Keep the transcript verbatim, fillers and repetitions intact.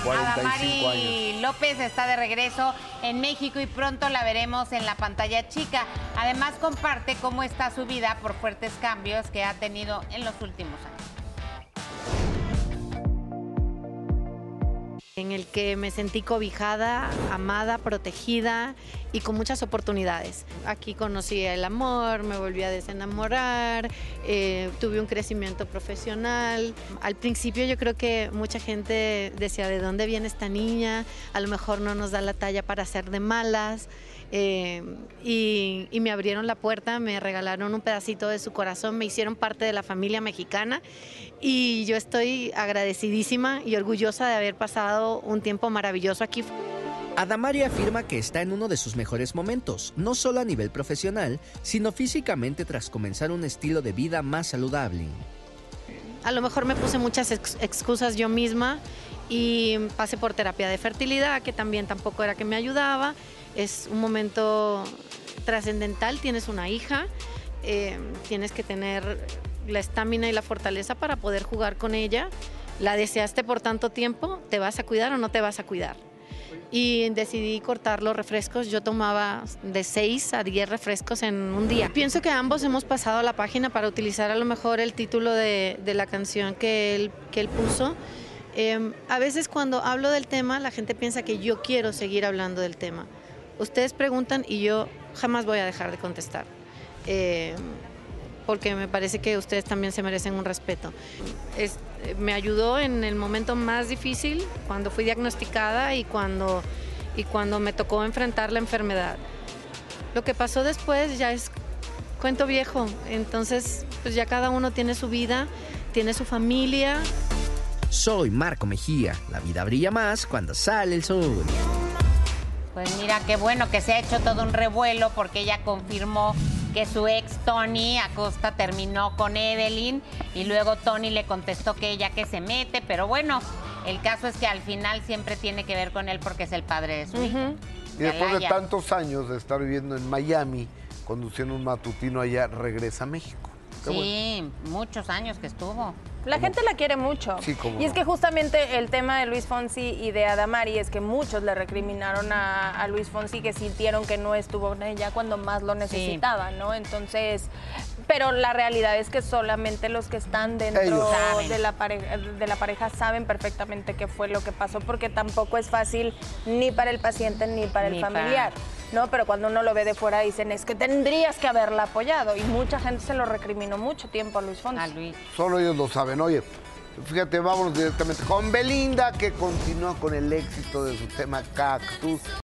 cuarenta y cinco años. Adamari López está de regreso en México y pronto la veremos en la pantalla chica. Además, comparte cómo está su vida por fuertes cambios que ha tenido en los últimos años. En el que me sentí cobijada, amada, protegida y con muchas oportunidades. Aquí conocí el amor, me volví a desenamorar, eh, tuve un crecimiento profesional. Al principio yo creo que mucha gente decía, ¿de dónde viene esta niña? A lo mejor no nos da la talla para ser de malas. Eh, y, y me abrieron la puerta, me regalaron un pedacito de su corazón, me hicieron parte de la familia mexicana y yo estoy agradecidísima y orgullosa de haber pasado un tiempo maravilloso aquí. Adamari afirma que está en uno de sus mejores momentos, no solo a nivel profesional, sino físicamente tras comenzar un estilo de vida más saludable. A lo mejor me puse muchas ex excusas yo misma y pasé por terapia de fertilidad, que también tampoco era que me ayudaba. Es un momento trascendental, tienes una hija, eh, tienes que tener la estamina y la fortaleza para poder jugar con ella. La deseaste por tanto tiempo, ¿te vas a cuidar o no te vas a cuidar? Y decidí cortar los refrescos. Yo tomaba de seis a diez refrescos en un día. Pienso que ambos hemos pasado a la página para utilizar a lo mejor el título de, de la canción que él, que él puso. Eh, a veces cuando hablo del tema, la gente piensa que yo quiero seguir hablando del tema. Ustedes preguntan y yo jamás voy a dejar de contestar, eh, porque me parece que ustedes también se merecen un respeto. Es, me ayudó en el momento más difícil, cuando fui diagnosticada y cuando, y cuando me tocó enfrentar la enfermedad. Lo que pasó después ya es cuento viejo, entonces pues ya cada uno tiene su vida, tiene su familia. Soy Marco Mejía, la vida brilla más cuando sale el sol. Pues mira, qué bueno que se ha hecho todo un revuelo porque ella confirmó que su ex Tony Acosta terminó con Evelyn y luego Tony le contestó que ella que se mete, pero bueno, el caso es que al final siempre tiene que ver con él porque es el padre de su uh-huh. hija. Y después de tantos años de estar viviendo en Miami, conduciendo un matutino allá, regresa a México. Qué sí, bueno. Muchos años que estuvo. La gente la quiere mucho. Sí, cómo y es no. que justamente el tema de Luis Fonsi y de Adamari es que muchos le recriminaron a, a Luis Fonsi que sintieron que no estuvo con ella cuando más lo necesitaba, sí. ¿no? Entonces, pero la realidad es que solamente los que están dentro de la, pareja, de la pareja saben perfectamente qué fue lo que pasó, porque tampoco es fácil ni para el paciente ni para el ni familiar. Para... ¿no? Pero cuando uno lo ve de fuera dicen, es que tendrías que haberla apoyado. Y mucha gente se lo recriminó mucho tiempo a Luis Fonsi. A Luis. Solo ellos lo saben. Oye, fíjate, vámonos directamente con Belinda, que continúa con el éxito de su tema Cactus.